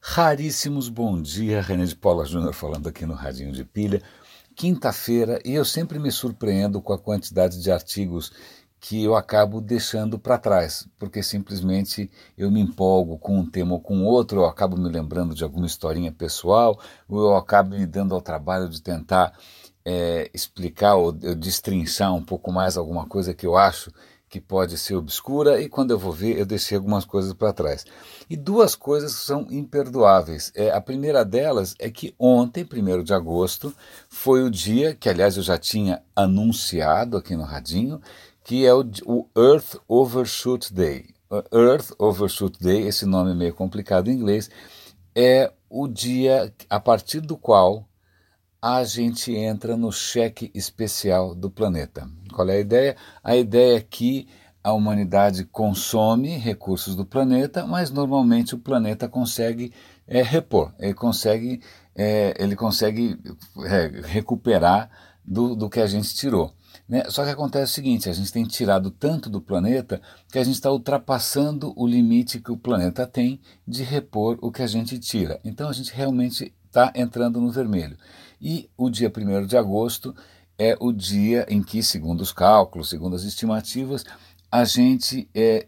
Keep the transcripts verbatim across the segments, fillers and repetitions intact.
Raríssimos bom dia, René de Paula Júnior falando aqui no Radinho de Pilha. Quinta-feira, e eu sempre me surpreendo com a quantidade de artigos que eu acabo deixando para trás, porque simplesmente eu me empolgo com um tema ou com outro, eu acabo me lembrando de alguma historinha pessoal, ou eu acabo me dando ao trabalho de tentar é, explicar ou destrinchar um pouco mais alguma coisa que eu acho que pode ser obscura, e quando eu vou ver, eu deixei algumas coisas para trás. E duas coisas são imperdoáveis. É, a primeira delas é que ontem, primeiro de agosto, foi o dia, que aliás eu já tinha anunciado aqui no Radinho, que é o, o Earth Overshoot Day. Earth Overshoot Day, esse nome meio complicado em inglês, é o dia a partir do qual a gente entra no cheque especial do planeta. Qual é a ideia? A ideia é que a humanidade consome recursos do planeta, mas normalmente o planeta consegue é, repor, ele consegue, é, ele consegue é, recuperar do, do que a gente tirou. Né? Só que acontece o seguinte, a gente tem tirado tanto do planeta que a gente está ultrapassando o limite que o planeta tem de repor o que a gente tira. Então a gente realmente está entrando no vermelho. E o dia primeiro de agosto é o dia em que, segundo os cálculos, segundo as estimativas, a gente é,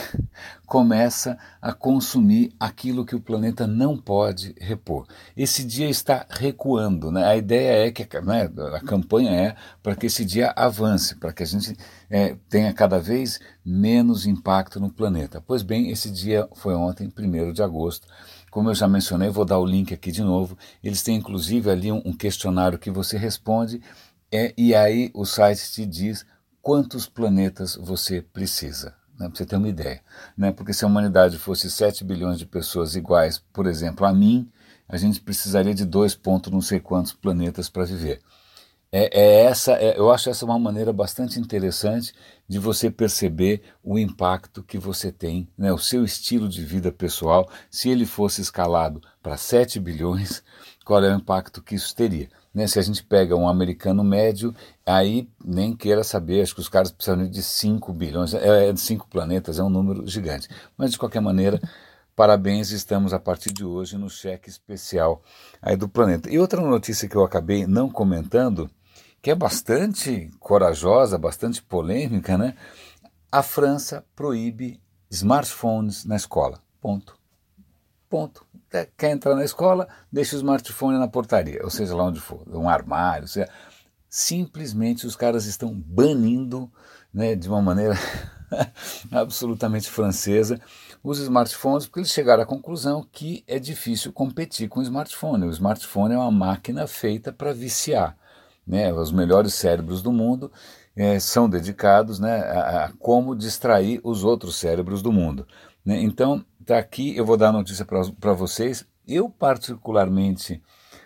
começa a consumir aquilo que o planeta não pode repor. Esse dia está recuando, né? A ideia é que, né, a campanha é para que esse dia avance, para que a gente é, tenha cada vez menos impacto no planeta. Pois bem, esse dia foi ontem, primeiro de agosto. Como eu já mencionei, vou dar o link aqui de novo. Eles têm inclusive ali um, um questionário que você responde é, e aí o site te diz quantos planetas você precisa, né, para você ter uma ideia. Né, porque se a humanidade fosse sete bilhões de pessoas iguais, por exemplo, a mim, a gente precisaria de dois pontos não sei quantos planetas para viver. É, é essa, é, eu acho essa uma maneira bastante interessante de você perceber o impacto que você tem, né, o seu estilo de vida pessoal, se ele fosse escalado para sete bilhões, qual é o impacto que isso teria? Né, se a gente pega um americano médio, aí nem queira saber, acho que os caras precisam de cinco bilhões, é, é cinco planetas, é um número gigante. Mas de qualquer maneira, parabéns, estamos a partir de hoje no cheque especial aí do planeta. E outra notícia que eu acabei não comentando, que é bastante corajosa, bastante polêmica, né? A França proíbe smartphones na escola. Ponto. Ponto. Quer entrar na escola, deixa o smartphone na portaria, ou seja, lá onde for, um armário, ou seja, simplesmente os caras estão banindo, né, de uma maneira absolutamente francesa os smartphones, porque eles chegaram à conclusão que é difícil competir com o smartphone. O smartphone é uma máquina feita para viciar. Né, os melhores cérebros do mundo é, são dedicados, né, a, a como distrair os outros cérebros do mundo. Né? Então, tá aqui, eu vou dar a notícia para vocês. Eu, particularmente,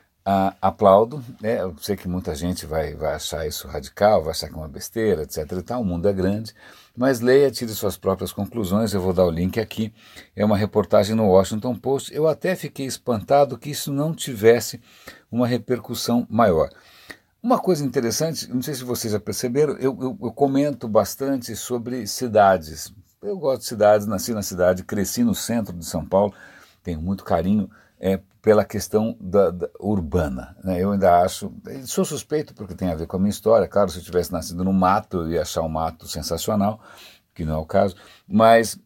a, aplaudo. Né? Eu sei que muita gente vai, vai achar isso radical, vai achar que é uma besteira, etc. E tal. O mundo é grande. Mas leia, tire suas próprias conclusões. Eu vou dar o link aqui. É uma reportagem no Washington Post. Eu até fiquei espantado que isso não tivesse uma repercussão maior. Uma coisa interessante, não sei se vocês já perceberam, eu, eu, eu comento bastante sobre cidades. Eu gosto de cidades, nasci na cidade, cresci no centro de São Paulo, tenho muito carinho é, pela questão da, da urbana. Né? Eu ainda acho, sou suspeito porque tem a ver com a minha história, claro, se eu tivesse nascido no mato, eu ia achar um mato sensacional, que não é o caso, mas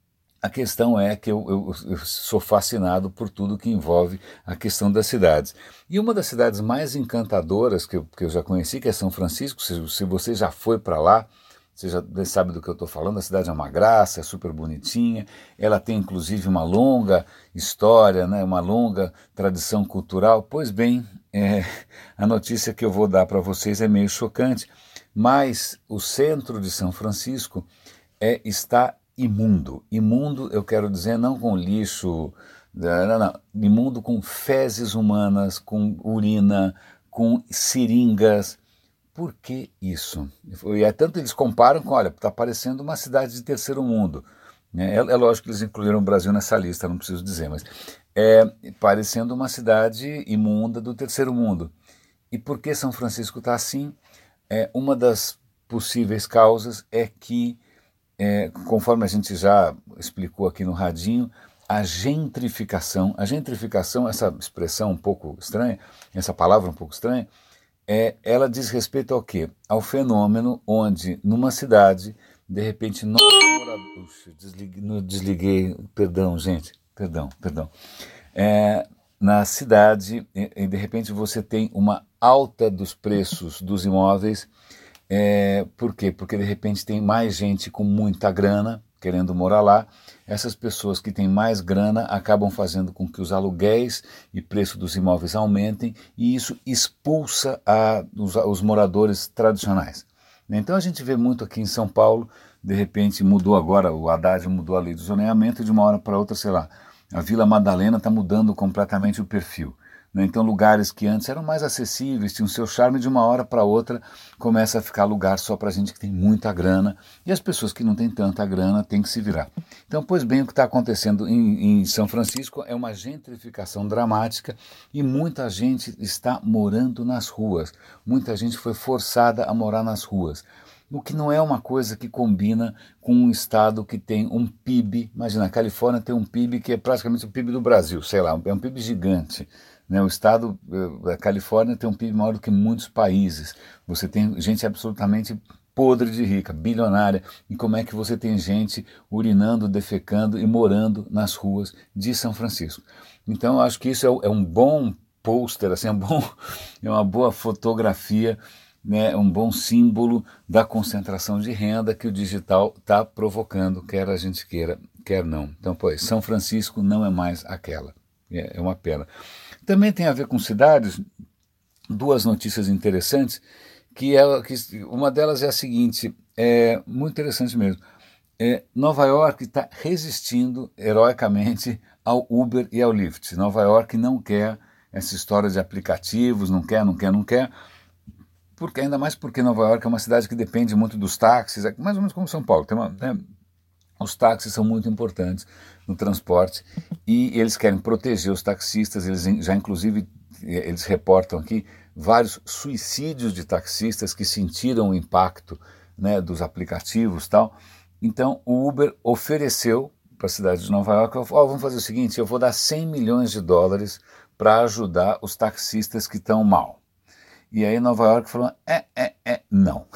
a questão é que eu, eu, eu sou fascinado por tudo que envolve a questão das cidades. E uma das cidades mais encantadoras que eu, que eu já conheci, que é São Francisco, se, se você já foi para lá, você já sabe do que eu estou falando, a cidade é uma graça, é super bonitinha, ela tem inclusive uma longa história, né, uma longa tradição cultural. Pois bem, é, a notícia que eu vou dar para vocês é meio chocante, mas o centro de São Francisco é, está imundo. Imundo, eu quero dizer, não com lixo, não, não, imundo com fezes humanas, com urina, com seringas. Por que isso? E é tanto eles comparam com, olha, está parecendo uma cidade de terceiro mundo. É, é lógico que eles incluíram o Brasil nessa lista, não preciso dizer, mas é parecendo uma cidade imunda do terceiro mundo. E por que São Francisco está assim? É, uma das possíveis causas é que É, conforme a gente já explicou aqui no Radinho, a gentrificação. A gentrificação, essa expressão um pouco estranha, essa palavra um pouco estranha, é, ela diz respeito ao quê? Ao fenômeno onde, numa cidade, de repente, nós moradores... Puxa, desliguei, não desliguei, perdão, gente, perdão, perdão. É, na cidade, e, de repente, você tem uma alta dos preços dos imóveis. É, por quê? Porque, de repente, tem mais gente com muita grana querendo morar lá. Essas pessoas que têm mais grana acabam fazendo com que os aluguéis e preço dos imóveis aumentem, e isso expulsa a, os, os moradores tradicionais. Então a gente vê muito aqui em São Paulo, de repente mudou agora, o Haddad mudou a lei do zoneamento, e de uma hora para outra, sei lá, a Vila Madalena está mudando completamente o perfil. Então lugares que antes eram mais acessíveis, tinham seu charme, de uma hora para outra começa a ficar lugar só para gente que tem muita grana, e as pessoas que não têm tanta grana têm que se virar. Então, pois bem, o que está acontecendo em, em São Francisco é uma gentrificação dramática, e muita gente está morando nas ruas, muita gente foi forçada a morar nas ruas. O que não é uma coisa que combina com um estado que tem um P I B, imagina, a Califórnia tem um P I B que é praticamente o P I B do Brasil, sei lá, é um P I B gigante. Né? O estado da Califórnia tem um P I B maior do que muitos países, você tem gente absolutamente podre de rica, bilionária, e como é que você tem gente urinando, defecando e morando nas ruas de São Francisco? Então eu acho que isso é, é um bom pôster, assim, é, um bom, é uma boa fotografia, né, um bom símbolo da concentração de renda que o digital está provocando, quer a gente queira, quer não. Então, pois, São Francisco não é mais aquela, é, é uma pena. Também tem a ver com cidades, duas notícias interessantes, que, é, que uma delas é a seguinte, é muito interessante mesmo, é, Nova York está resistindo heroicamente ao Uber e ao Lyft. Nova York não quer essa história de aplicativos, não quer, não quer, não quer, porque, ainda mais porque Nova York é uma cidade que depende muito dos táxis, mais ou menos como São Paulo. Tem uma, né, os táxis são muito importantes no transporte, e eles querem proteger os taxistas. Eles já, inclusive, eles reportam aqui vários suicídios de taxistas que sentiram o impacto, né, dos aplicativos e tal. Então o Uber ofereceu para a cidade de Nova York, oh, vamos fazer o seguinte, eu vou dar cem milhões de dólares para ajudar os taxistas que estão mal. E aí Nova York falou, é, é, é, não,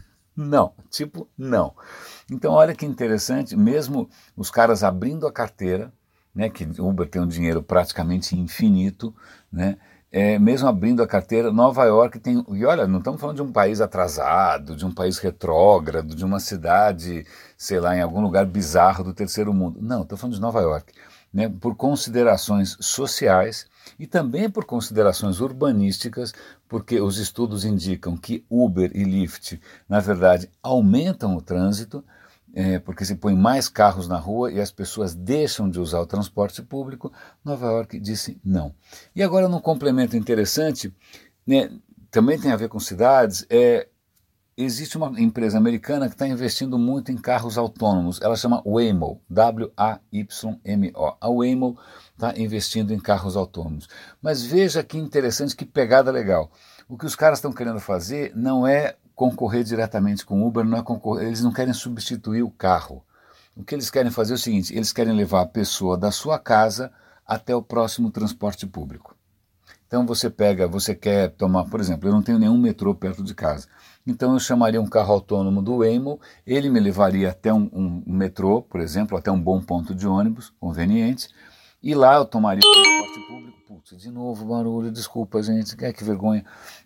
não, tipo, não. Então olha que interessante, mesmo os caras abrindo a carteira, né, que o Uber tem um dinheiro praticamente infinito, né, é, mesmo abrindo a carteira, Nova York tem, e olha, não estamos falando de um país atrasado, de um país retrógrado, de uma cidade, sei lá, em algum lugar bizarro do terceiro mundo, não, estou falando de Nova York, né, por considerações sociais, e também por considerações urbanísticas, porque os estudos indicam que Uber e Lyft, na verdade, aumentam o trânsito, é, porque se põe mais carros na rua e as pessoas deixam de usar o transporte público. Nova York disse não. E agora, num complemento interessante, né, também tem a ver com cidades, é, existe uma empresa americana que está investindo muito em carros autônomos. Ela chama Waymo, W A Y M O. A Waymo está investindo em carros autônomos. Mas veja que interessante, que pegada legal. O que os caras estão querendo fazer não é concorrer diretamente com o Uber, não é concorrer, eles não querem substituir o carro. O que eles querem fazer é o seguinte, eles querem levar a pessoa da sua casa até o próximo transporte público. Então você pega, você quer tomar, por exemplo, eu não tenho nenhum metrô perto de casa, então eu chamaria um carro autônomo do Waymo, ele me levaria até um, um, um metrô, por exemplo, até um bom ponto de ônibus, conveniente, e lá eu tomaria o transporte público. Putz, de novo barulho, desculpa gente, que, que vergonha.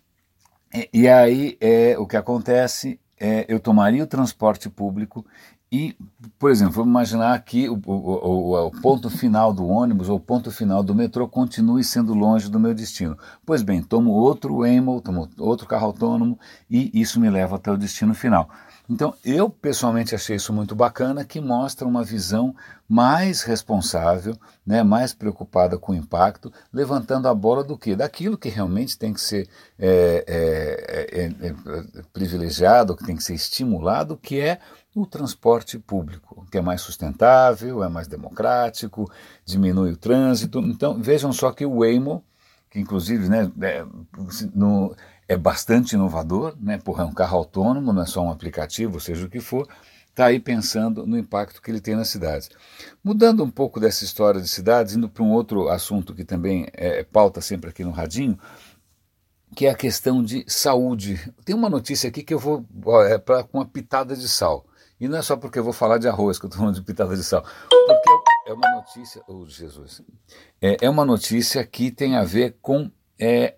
E, e aí é, o que acontece é, eu tomaria o transporte público e, por exemplo, vamos imaginar que o, o, o, o ponto final do ônibus ou o ponto final do metrô continue sendo longe do meu destino. Pois bem, tomo outro Waymo, tomo outro carro autônomo e isso me leva até o destino final. Então, eu pessoalmente achei isso muito bacana, que mostra uma visão mais responsável, né, mais preocupada com o impacto, levantando a bola do quê? Daquilo que realmente tem que ser é, é, é, é, privilegiado, que tem que ser estimulado, que é o transporte público, que é mais sustentável, é mais democrático, diminui o trânsito. Então, vejam só que o Waymo, que inclusive, né, é, no, é bastante inovador, né, porra, é um carro autônomo, não é só um aplicativo, seja o que for, está aí pensando no impacto que ele tem nas cidades. Mudando um pouco dessa história de cidades, indo para um outro assunto que também é pauta sempre aqui no Radinho, que é a questão de saúde. Tem uma notícia aqui que eu vou é, pra, com uma pitada de sal. E não é só porque eu vou falar de arroz que eu estou falando de pitada de sal. Porque é uma notícia... Oh, Jesus! É, é uma notícia que tem a ver com é,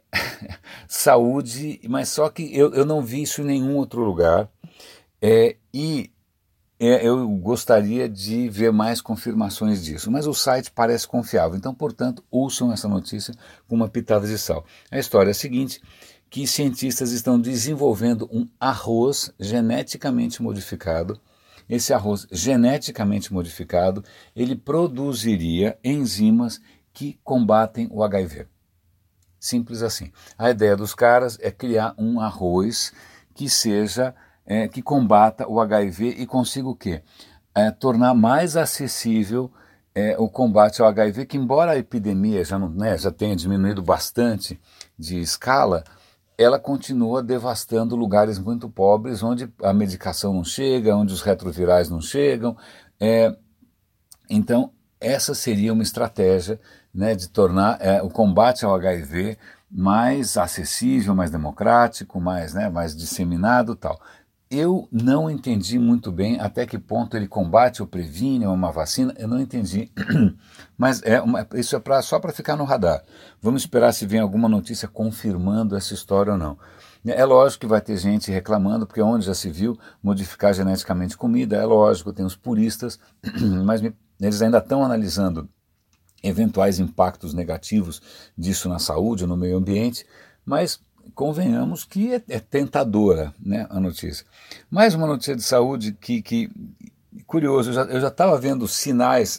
saúde, mas só que eu, eu não vi isso em nenhum outro lugar. É, e é, eu gostaria de ver mais confirmações disso, mas o site parece confiável, então, portanto, ouçam essa notícia com uma pitada de sal. A história é a seguinte, que cientistas estão desenvolvendo um arroz geneticamente modificado. Esse arroz geneticamente modificado, ele produziria enzimas que combatem o H I V. Simples assim. A ideia dos caras é criar um arroz que seja... É, que combata o H I V e consiga o quê? É, tornar mais acessível é, o combate ao H I V, que embora a epidemia já, não, né, já tenha diminuído bastante de escala, ela continua devastando lugares muito pobres, onde a medicação não chega, onde os retrovirais não chegam. É, então, essa seria uma estratégia, né, de tornar é, o combate ao H I V mais acessível, mais democrático, mais, né, mais disseminado e tal. Eu não entendi muito bem até que ponto ele combate ou previne uma vacina, eu não entendi, mas é uma, isso é pra, só para ficar no radar. Vamos esperar se vem alguma notícia confirmando essa história ou não. É lógico que vai ter gente reclamando, porque onde já se viu modificar geneticamente comida, é lógico, tem os puristas, mas me, eles ainda estão analisando eventuais impactos negativos disso na saúde ou no meio ambiente, mas... convenhamos que é, é tentadora, né, a notícia. Mais uma notícia de saúde que, que curioso, eu já estava vendo sinais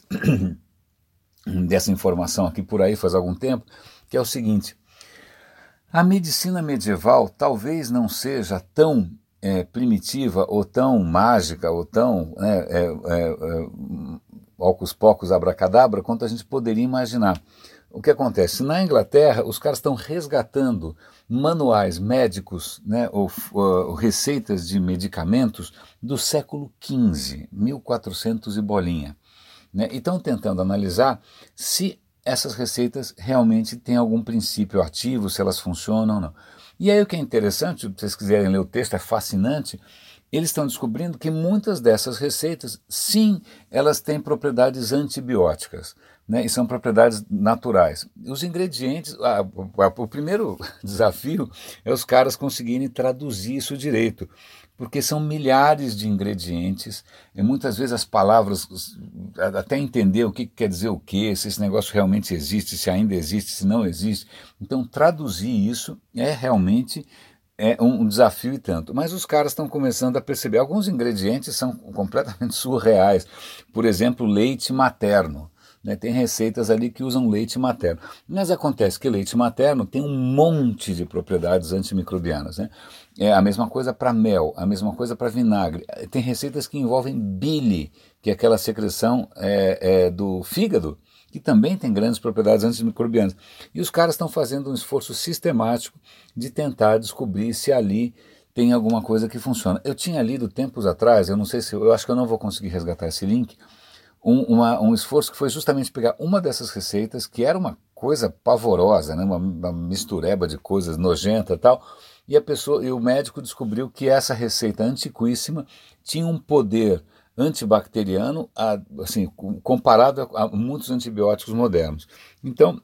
dessa informação aqui por aí faz algum tempo, que é o seguinte, a medicina medieval talvez não seja tão é, primitiva ou tão mágica ou tão né, é, é, é, ocus pocus abracadabra quanto a gente poderia imaginar. O que acontece? Na Inglaterra, os caras estão resgatando manuais médicos, né, ou, ou receitas de medicamentos do século quinze, mil e quatrocentos e bolinha. Né, e estão tentando analisar se essas receitas realmente têm algum princípio ativo, se elas funcionam ou não. E aí o que é interessante, se vocês quiserem ler o texto, é fascinante, eles estão descobrindo que muitas dessas receitas, sim, elas têm propriedades antibióticas, né, e são propriedades naturais. Os ingredientes, a, a, o primeiro desafio é os caras conseguirem traduzir isso direito, porque são milhares de ingredientes, e muitas vezes as palavras, até entender o que quer dizer o quê, se esse negócio realmente existe, se ainda existe, se não existe. Então traduzir isso é realmente... é um desafio e tanto, mas os caras estão começando a perceber, alguns ingredientes são completamente surreais, por exemplo, leite materno, né? Tem receitas ali que usam leite materno, mas acontece que leite materno tem um monte de propriedades antimicrobianas, né? É a mesma coisa para mel, a mesma coisa para vinagre, tem receitas que envolvem bile, que é aquela secreção é, é, do fígado, que também tem grandes propriedades antimicrobianas. E os caras estão fazendo um esforço sistemático de tentar descobrir se ali tem alguma coisa que funciona. Eu tinha lido tempos atrás, eu não sei se, eu acho que eu não vou conseguir resgatar esse link, um, uma, um esforço que foi justamente pegar uma dessas receitas, que era uma coisa pavorosa, né, uma, uma mistureba de coisas nojenta e tal, e a pessoa, e o médico descobriu que essa receita antiquíssima tinha um poder antibacteriano, assim, comparado a muitos antibióticos modernos. Então,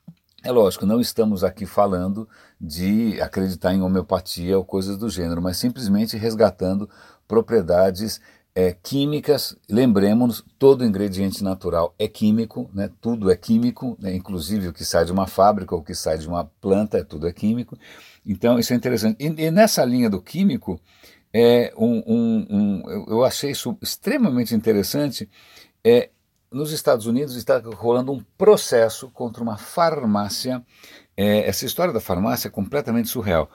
é lógico, não estamos aqui falando de acreditar em homeopatia ou coisas do gênero, mas simplesmente resgatando propriedades é, químicas. Lembremos-nos, todo ingrediente natural é químico, né? Tudo é químico, né? Inclusive o que sai de uma fábrica ou o que sai de uma planta, tudo é químico. Então, isso é interessante. E, e nessa linha do químico, É um, um, um, eu achei isso extremamente interessante. É, nos Estados Unidos está rolando um processo contra uma farmácia. É, essa história da farmácia é completamente surreal.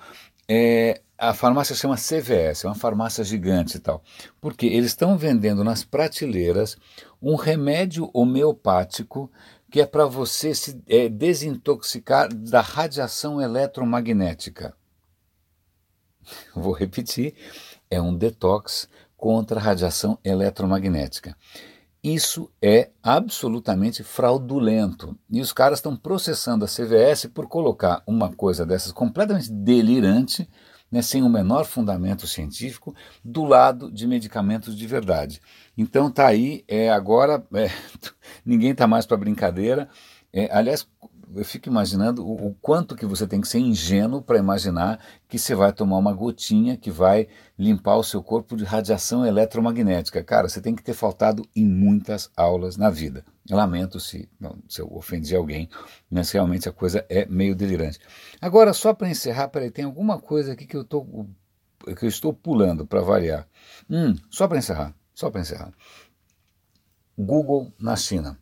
É, a farmácia chama C V S, é uma farmácia gigante e tal, porque eles estão vendendo nas prateleiras um remédio homeopático que é para você se é, desintoxicar da radiação eletromagnética. Vou repetir, é um detox contra a radiação eletromagnética. Isso é absolutamente fraudulento. E os caras estão processando a C V S por colocar uma coisa dessas completamente delirante, né, sem o menor fundamento científico, do lado de medicamentos de verdade. Então tá aí, é, agora é, ninguém tá mais para brincadeira. É, aliás, eu fico imaginando o, o quanto que você tem que ser ingênuo para imaginar que você vai tomar uma gotinha que vai limpar o seu corpo de radiação eletromagnética. Cara, você tem que ter faltado em muitas aulas na vida. Eu lamento se, não, se eu ofendi alguém, mas realmente a coisa é meio delirante. Agora, só para encerrar, peraí, tem alguma coisa aqui que eu, tô, que eu estou pulando para variar. Hum, só para encerrar, só para encerrar. Google na China.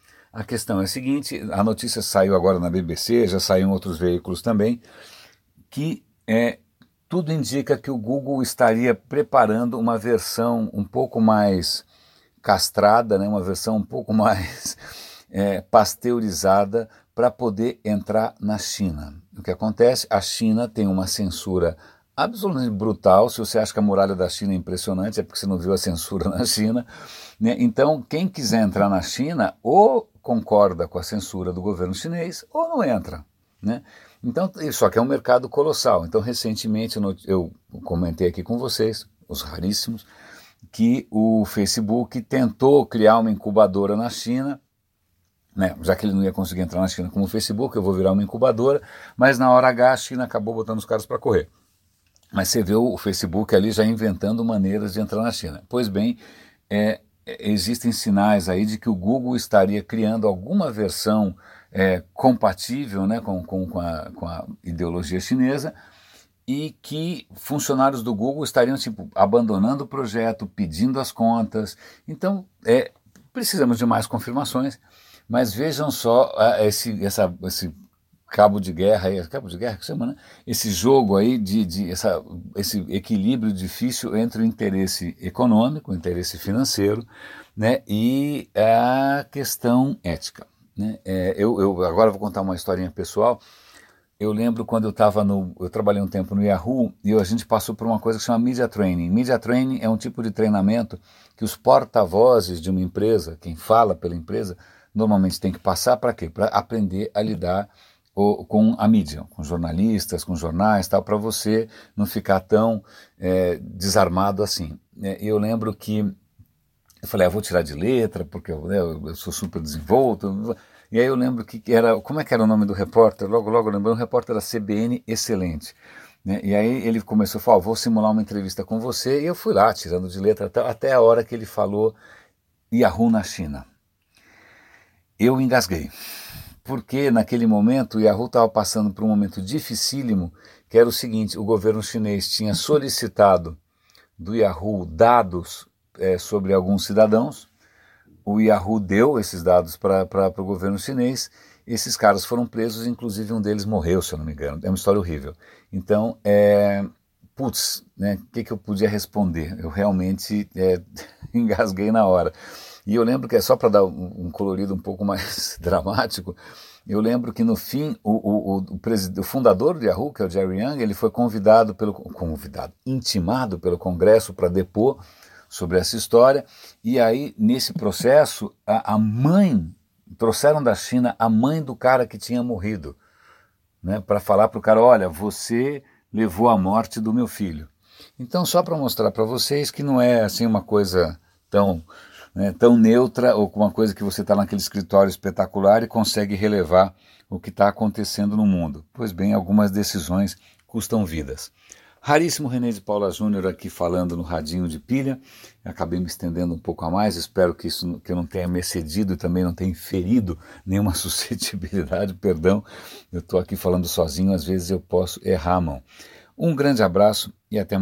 A questão é a seguinte, a notícia saiu agora na B B C, já saiu em outros veículos também, que é, tudo indica que o Google estaria preparando uma versão um pouco mais castrada, né, uma versão um pouco mais é, pasteurizada para poder entrar na China. O que acontece? A China tem uma censura absolutamente brutal. Se você acha que a muralha da China é impressionante, é porque você não viu a censura na China, né? Então, quem quiser entrar na China, ou concorda com a censura do governo chinês, ou não entra, né? Então, só que é um mercado colossal. Então, recentemente, eu comentei aqui com vocês, os raríssimos, que o Facebook tentou criar uma incubadora na China, né? Já que ele não ia conseguir entrar na China como o Facebook, eu vou virar uma incubadora, mas na hora H a China acabou botando os caras para correr. Mas você vê o Facebook ali já inventando maneiras de entrar na China. Pois bem, é, existem sinais aí de que o Google estaria criando alguma versão é, compatível, né, com, com, com, a, com a ideologia chinesa, e que funcionários do Google estariam tipo, abandonando o projeto, pedindo as contas. Então, é, precisamos de mais confirmações, mas vejam só uh, esse, essa, esse cabo de guerra, aí, cabo de guerra que chama, né? Esse jogo aí, de, de essa, esse equilíbrio difícil entre o interesse econômico, o interesse financeiro, né, e a questão ética, né? É, eu, eu agora vou contar uma historinha pessoal. Eu lembro quando eu estava no, eu trabalhei um tempo no Yahoo e a gente passou por uma coisa que chama Media Training. Media Training é um tipo de treinamento que os porta-vozes de uma empresa, quem fala pela empresa, normalmente tem que passar para quê? Para aprender a lidar o, com a mídia, com jornalistas, com jornais, tal, para você não ficar tão é, desarmado assim. E eu lembro que eu falei, ah, vou tirar de letra, porque eu, né, eu sou super desenvolto. E aí eu lembro que era, como é que era o nome do repórter? Logo, logo eu lembrei, um repórter da C B N excelente, né? E aí ele começou a falar, oh, vou simular uma entrevista com você, e eu fui lá, tirando de letra, até, até a hora que ele falou Yahoo na China. Eu engasguei, porque naquele momento o Yahoo estava passando por um momento dificílimo, que era o seguinte, o governo chinês tinha solicitado do Yahoo dados é, sobre alguns cidadãos. O Yahoo deu esses dados para o governo chinês, esses caras foram presos, inclusive um deles morreu, se eu não me engano. É uma história horrível. Então, é, putz, né, o que, que eu podia responder? Eu realmente é, engasguei na hora. E eu lembro que, é só para dar um, um colorido um pouco mais dramático, eu lembro que no fim, o, o, o, o, o fundador do Yahoo, que é o Jerry Yang, ele foi convidado, pelo, convidado, intimado pelo Congresso para depor sobre essa história, e aí, nesse processo, a, a mãe, trouxeram da China a mãe do cara que tinha morrido, né, para falar para o cara, olha, você levou à morte do meu filho. Então, só para mostrar para vocês que não é assim uma coisa tão, né, tão neutra, ou uma coisa que você está naquele escritório espetacular e consegue relevar o que está acontecendo no mundo. Pois bem, algumas decisões custam vidas. Raríssimo René de Paula Júnior aqui falando no radinho de pilha. Acabei me estendendo um pouco a mais, espero que isso que eu não tenha me excedido e também não tenha ferido nenhuma suscetibilidade, perdão. Eu estou aqui falando sozinho, às vezes eu posso errar a mão. Um grande abraço e até mais.